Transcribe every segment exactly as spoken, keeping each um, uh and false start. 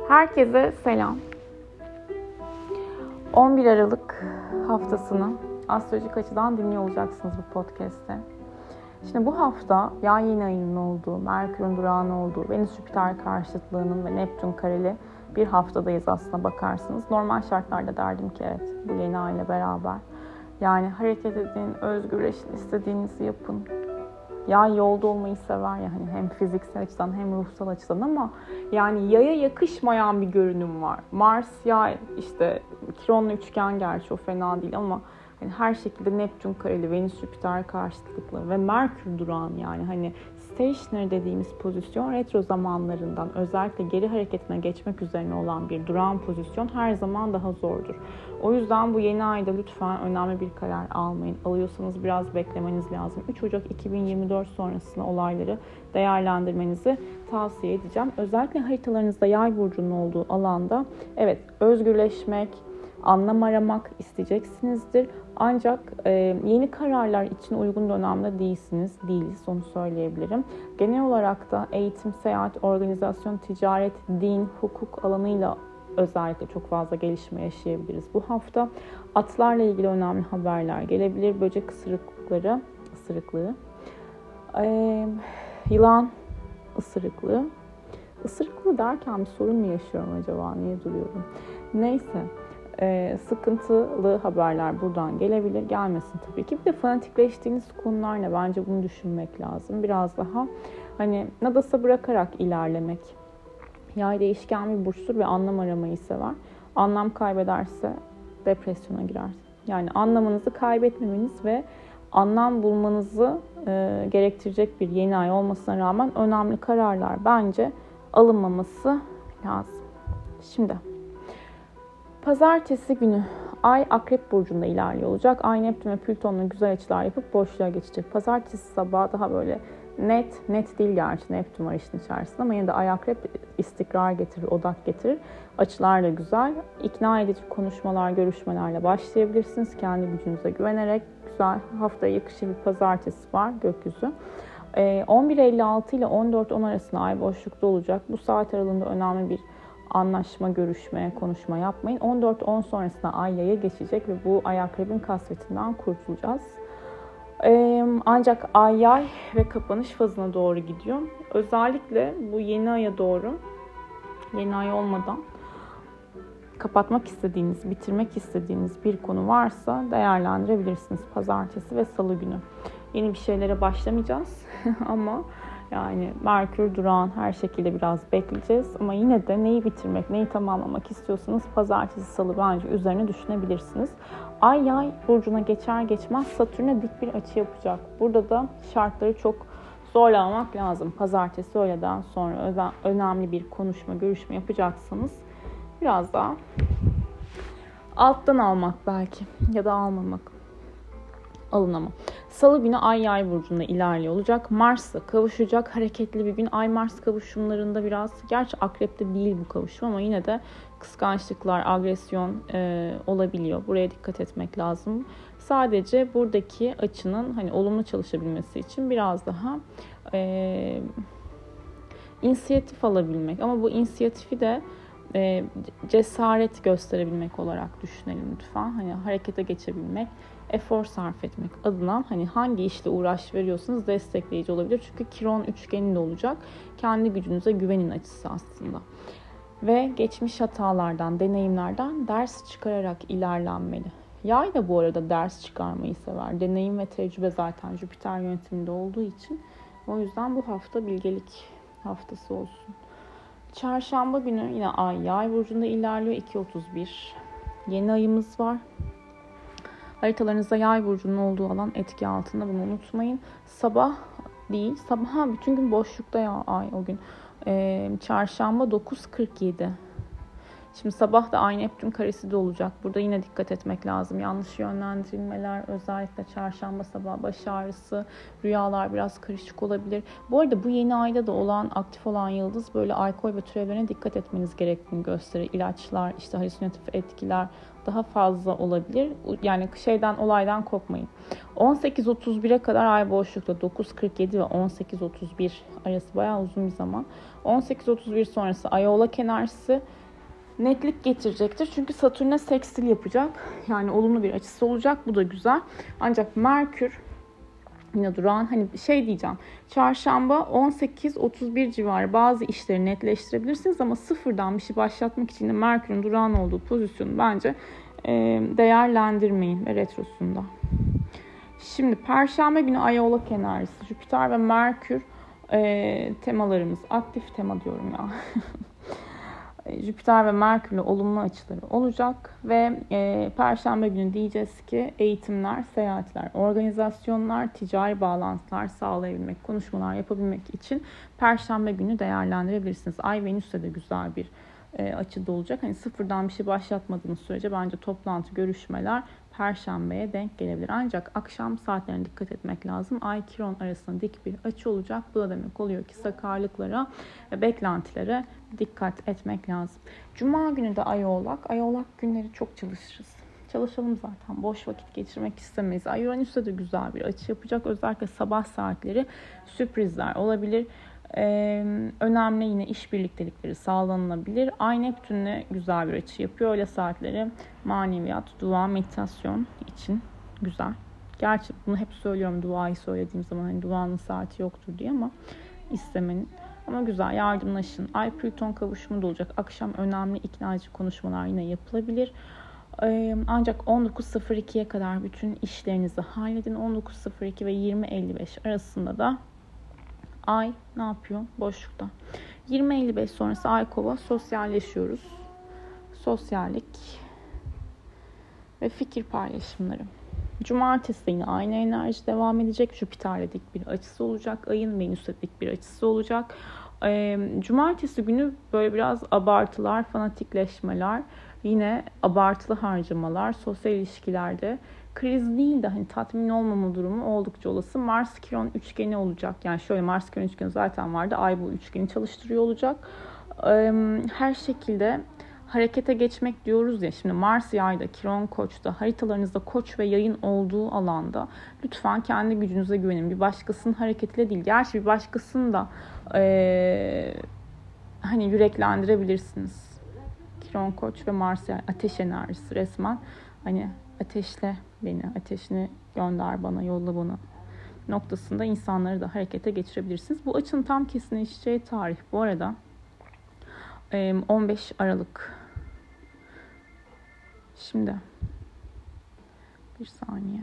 Herkese selam. on bir Aralık haftasını astrolojik açıdan dinliyor olacaksınız bu podcast'te. Şimdi bu hafta yay yeni ayının olduğu, Merkür'ün durağının olduğu, Venüs-Jüpiter karşıtlığının ve Neptün kareli bir haftadayız aslına bakarsınız. Normal şartlarda derdim ki evet bu yeni ay ile beraber. Yani hareket edin, özgürleşin, istediğinizi yapın. Yay yolda olmayı sever ya hani hem fiziksel açıdan hem ruhsal açıdan ama yani yaya yakışmayan bir görünüm var. Mars yay işte Kiron'la üçgen gerçi o fena değil ama hani her şekilde Neptün kareli, Venüs Jüpiter karşıtlıklı ve Merkür durağan yani hani stationary dediğimiz pozisyon retro zamanlarından özellikle geri hareketine geçmek üzerine olan bir durağan pozisyon her zaman daha zordur. O yüzden bu yeni ayda lütfen önemli bir karar almayın. Alıyorsanız biraz beklemeniz lazım. üç Ocak iki bin yirmi dört sonrasında olayları değerlendirmenizi tavsiye edeceğim. Özellikle haritalarınızda yay burcunun olduğu alanda evet özgürleşmek, anlam aramak isteyeceksinizdir. Ancak e, yeni kararlar için uygun dönemde değilsiniz, değiliz onu söyleyebilirim. Genel olarak da eğitim, seyahat, organizasyon, ticaret, din, hukuk alanıyla özellikle çok fazla gelişme yaşayabiliriz bu hafta. Atlarla ilgili önemli haberler gelebilir. Böcek ısırıkları, ısırıklığı, e, yılan ısırıklığı. Isırıklığı derken bir sorun mu yaşıyorum acaba? Niye duruyorum? Neyse. Ee, sıkıntılı haberler buradan gelebilir. Gelmesin tabii ki. Bir de fanatikleştiğiniz konular ne? Bence bunu düşünmek lazım. Biraz daha hani nadasa bırakarak ilerlemek. Yay değişken bir burçtur ve anlam aramayı sever. Anlam kaybederse depresyona girer. Yani anlamınızı kaybetmemeniz ve anlam bulmanızı e, gerektirecek bir yeni ay olmasına rağmen önemli kararlar bence alınmaması lazım. Şimdi Pazartesi günü Ay Akrep Burcu'nda ilerliyor olacak. Ay Neptün ve Plüton'la güzel açılar yapıp boşluğa geçecek. Pazartesi sabahı daha böyle net, net değil gerçi Neptün var işin içerisinde ama yine de Ay Akrep istikrar getirir, odak getirir. Açılar da güzel. İkna edici konuşmalar, görüşmelerle başlayabilirsiniz. Kendi gücünüze güvenerek güzel haftaya yakışır bir pazartesi var gökyüzü. on bir elli altı ile on dört on arasında Ay boşlukta olacak. Bu saat aralığında önemli bir anlaşma, görüşme, konuşma yapmayın. on dört on sonrasında Ay Yay'a geçecek ve bu Ay Akrep'in kasvetinden kurtulacağız. Ee, ancak Ay Yay ve kapanış fazına doğru gidiyor. Özellikle bu yeni aya doğru, yeni ay olmadan kapatmak istediğiniz, bitirmek istediğiniz bir konu varsa değerlendirebilirsiniz pazartesi ve salı günü. Yeni bir şeylere başlamayacağız ama yani Merkür durağan her şekilde biraz bekleyeceğiz ama yine de neyi bitirmek, neyi tamamlamak istiyorsanız pazartesi, salı bence üzerine düşünebilirsiniz. Ay Yay burcuna geçer geçmez Satürn'e dik bir açı yapacak. Burada da şartları çok zorlamamak lazım. Pazartesi öğleden sonra önemli bir konuşma, görüşme yapacaksanız biraz daha alttan almak belki ya da almamak. Alın ama. Salı günü Ay Yay burcunda ilerliyor olacak. Mars'la kavuşacak. Hareketli bir gün. Ay-Mars kavuşumlarında biraz, gerçi Akrep'te değil bu kavuşum ama yine de kıskançlıklar, agresyon e, olabiliyor. Buraya dikkat etmek lazım. Sadece buradaki açının hani olumlu çalışabilmesi için biraz daha e, inisiyatif alabilmek. Ama bu inisiyatifi de e, cesaret gösterebilmek olarak düşünelim lütfen. Hani harekete geçebilmek, efor sarf etmek adına hani hangi işle uğraş veriyorsanız destekleyici olabilir. Çünkü Kiron üçgeninde olacak. Kendi gücünüze güvenin açısı aslında. Ve geçmiş hatalardan, deneyimlerden ders çıkararak ilerlenmeli. Yay da bu arada ders çıkarmayı sever. Deneyim ve tecrübe zaten Jüpiter yönetiminde olduğu için. O yüzden bu hafta bilgelik haftası olsun. Çarşamba günü yine Ay Yay burcunda ilerliyor. iki otuz bir. Yeni ayımız var. Haritalarınızda Yay burcunun olduğu alan etki altında, bunu unutmayın. Sabah değil, sabah bütün gün boşlukta ya Ay o gün. Ee, çarşamba dokuz kırk yedi. Şimdi sabah da Ay Neptün karesi de olacak. Burada yine dikkat etmek lazım. Yanlış yönlendirilmeler, özellikle çarşamba sabahı baş ağrısı, rüyalar biraz karışık olabilir. Bu arada bu yeni ayda da olan, aktif olan yıldız böyle alkol ve türevlerine dikkat etmeniz gerektiğini gösterir. İlaçlar, işte halüsinatif etkiler daha fazla olabilir. Yani şeyden, olaydan kopmayın. on sekiz otuz bire kadar ay boşlukta, dokuz kırk yedi ve on sekiz otuz bir arası bayağı uzun bir zaman. on sekiz otuz bir sonrası ay Oğlak enerjisi netlik getirecektir. Çünkü Satürn'e sekstil yapacak. Yani olumlu bir açısı olacak. Bu da güzel. Ancak Merkür yine duran, hani şey diyeceğim. Çarşamba on sekiz otuz bir civarı bazı işleri netleştirebilirsiniz ama sıfırdan bir şey başlatmak için de Merkür'ün durağan olduğu pozisyonu bence e, değerlendirmeyin ve retrosunda. Şimdi Perşembe günü Ay Oğlak enerjisi, Jüpiter ve Merkür e, temalarımız. Aktif tema diyorum ya. Jüpiter ve Merkür'le olumlu açıları olacak ve e, Perşembe günü diyeceğiz ki eğitimler, seyahatler, organizasyonlar, ticari bağlantılar sağlayabilmek, konuşmalar yapabilmek için Perşembe günü değerlendirebilirsiniz. Ay Venüs'te de güzel bir e, açıda olacak. Hani sıfırdan bir şey başlatmadığınız sürece bence toplantı, görüşmeler Perşembeye denk gelebilir. Ancak akşam saatlerine dikkat etmek lazım. Ay Kiron arasında dik bir açı olacak. Bu da demek oluyor ki sakarlıklara ve beklentilere dikkat etmek lazım. Cuma günü de Ay Oğlak. Ay Oğlak günleri çok çalışırız. Çalışalım zaten. Boş vakit geçirmek istemeyiz. Ay Uranüs'te de güzel bir açı yapacak. Özellikle sabah saatleri sürprizler olabilir. Ee, önemli yine iş birliktelikleri sağlanabilir. Ay Neptün'le güzel bir açı yapıyor. Öğle saatleri maneviyat, dua, meditasyon için güzel. Gerçi bunu hep söylüyorum, duayı söylediğim zaman hani duanın saati yoktur diye, ama istemenin. Ama güzel, yardımlaşın. Ay Plüton kavuşumu da olacak. Akşam önemli iknacı konuşmalar yine yapılabilir. Ee, ancak on dokuz sıfır ikiye kadar bütün işlerinizi halledin. on dokuz sıfır iki ve yirmi elli beş arasında da Ay ne yapıyor? Boşlukta. yirmi elli beş sonrası Ay Kova, sosyalleşiyoruz. Sosyallik ve fikir paylaşımları. Cumartesi de yine aynı enerji devam edecek. Jüpiter'le dik bir açısı olacak. Ayın Venüs'e dik bir açısı olacak. Ee, Cumartesi günü böyle biraz abartılar, fanatikleşmeler, yine abartılı harcamalar, sosyal ilişkilerde kriz değil de hani tatmin olmama durumu oldukça olası. Mars Kiron üçgeni olacak. Yani şöyle, Mars Kiron üçgeni zaten vardı. Ay bu üçgeni çalıştırıyor olacak. Ee, her şekilde harekete geçmek diyoruz ya. Şimdi Mars Yay'da, Kiron Koç'ta, haritalarınızda Koç ve Yay'ın olduğu alanda lütfen kendi gücünüze güvenin. Bir başkasının hareketiyle değil. Gerçi bir başkasını da ee, hani yüreklendirebilirsiniz. Kiron Koç ve Mars Yay, ateş enerjisi resmen. Hani ateşle beni, ateşini gönder bana, yolla bana noktasında insanları da harekete geçirebilirsiniz. Bu açının tam kesinleşeceği tarih bu arada on beş Aralık. Şimdi bir saniye.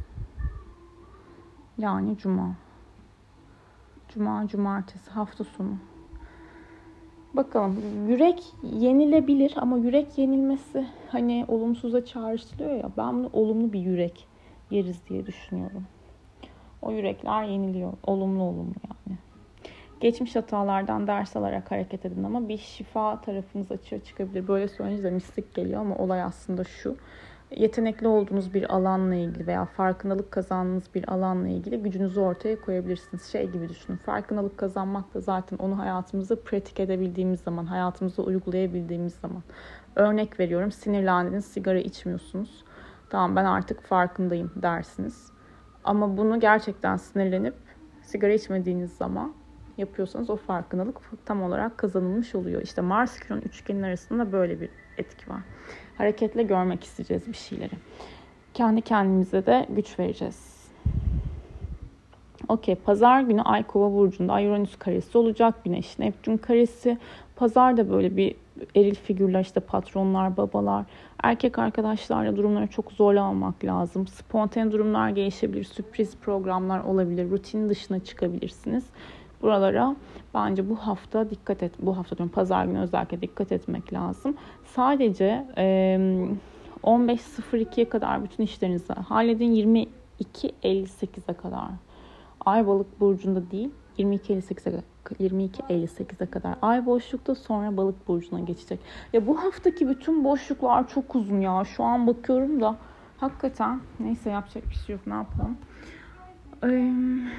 Yani Cuma. Cuma, Cumartesi, hafta sonu. Bakalım, yürek yenilebilir ama yürek yenilmesi hani olumsuza çağrıştırıyor ya, ben bunu olumlu bir yürek yeriz diye düşünüyorum. O yürekler yeniliyor, olumlu olumlu yani. Geçmiş hatalardan ders alarak hareket edin ama bir şifa tarafınız açığa çıkabilir. Böyle söyleyince de mistik geliyor ama olay aslında şu. Yetenekli olduğunuz bir alanla ilgili veya farkındalık kazandığınız bir alanla ilgili gücünüzü ortaya koyabilirsiniz. Şey gibi düşünün. Farkındalık kazanmak da zaten onu hayatımızda pratik edebildiğimiz zaman, hayatımızda uygulayabildiğimiz zaman. Örnek veriyorum, sinirlendiniz, sigara içmiyorsunuz. Tamam, ben artık farkındayım dersiniz. Ama bunu gerçekten sinirlenip sigara içmediğiniz zaman yapıyorsanız o farkındalık tam olarak kazanılmış oluyor. İşte Mars Kiron üçgenin arasında böyle bir etki var. Hareketle görmek isteyeceğiz bir şeyleri. Kendi kendimize de güç vereceğiz. Okey, pazar günü Ay Kova burcunda Ay Uranüs karesi olacak. Güneş Neptün karesi. Pazar da böyle bir eril figürler, işte patronlar, babalar, erkek arkadaşlarla durumları çok zorla almak lazım. Spontane durumlar gelişebilir, sürpriz programlar olabilir, rutinin dışına çıkabilirsiniz. Buralara bence bu hafta dikkat et. Bu hafta diyorum, pazar günü özellikle dikkat etmek lazım. Sadece on beş sıfır ikiye kadar bütün işlerinizi halledin. yirmi iki elli sekize kadar. Ay Balık burcunda değil, yirmi iki elli sekize yirmi iki elli sekize kadar ay boşlukta, sonra balık burcuna geçecek. Ya bu haftaki bütün boşluklar çok uzun ya. Şu an bakıyorum da hakikaten neyse, yapacak bir şey yok, ne yapalım. Ee,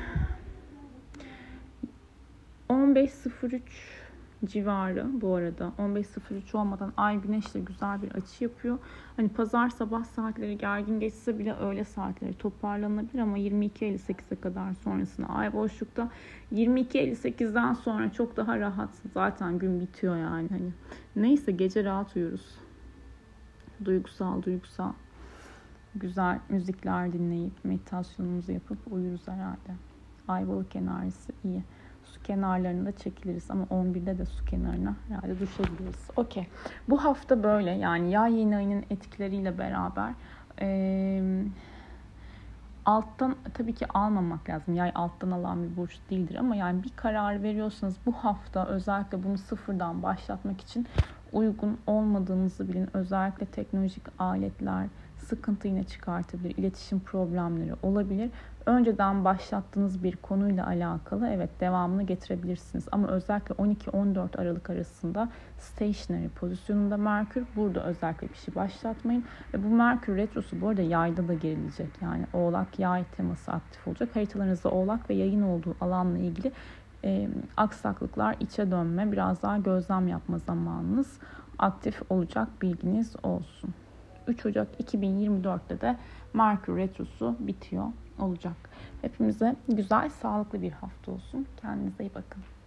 on beş sıfır üç civarı bu arada. on beş sıfır üç olmadan ay güneşle güzel bir açı yapıyor. Hani pazar sabah saatleri gergin geçse bile öğle saatleri toparlanabilir ama yirmi iki elli sekize kadar sonrasında ay boşlukta. yirmi iki elli sekizden sonra çok daha rahat. Zaten gün bitiyor yani. Hani neyse, gece rahat uyuruz. Duygusal duygusal güzel müzikler dinleyip meditasyonumuzu yapıp uyuruz herhalde. Ay balık enerjisi iyi. Su kenarlarında çekiliriz ama on birde de su kenarına herhalde düşebiliriz. Okey. Bu hafta böyle, yani yay yeni ayının etkileriyle beraber ee, alttan tabii ki almamak lazım. Yay alttan alan bir burç değildir ama yani bir karar veriyorsanız bu hafta özellikle bunu sıfırdan başlatmak için uygun olmadığınızı bilin. Özellikle teknolojik aletler sıkıntı yine çıkartabilir. İletişim problemleri olabilir. Önceden başlattığınız bir konuyla alakalı evet devamını getirebilirsiniz. Ama özellikle on iki on dört Aralık arasında stationary pozisyonunda Merkür. Burada özellikle bir şey başlatmayın. Ve bu Merkür retrosu bu arada yayda da gerilecek. Yani Oğlak yay teması aktif olacak. Haritalarınızda Oğlak ve yayın olduğu alanla ilgili e, aksaklıklar, içe dönme, biraz daha gözlem yapma zamanınız aktif olacak, bilginiz olsun. üç Ocak iki bin yirmi dörtte de Merkür retrosu bitiyor olacak. Hepimize güzel, sağlıklı bir hafta olsun. Kendinize iyi bakın.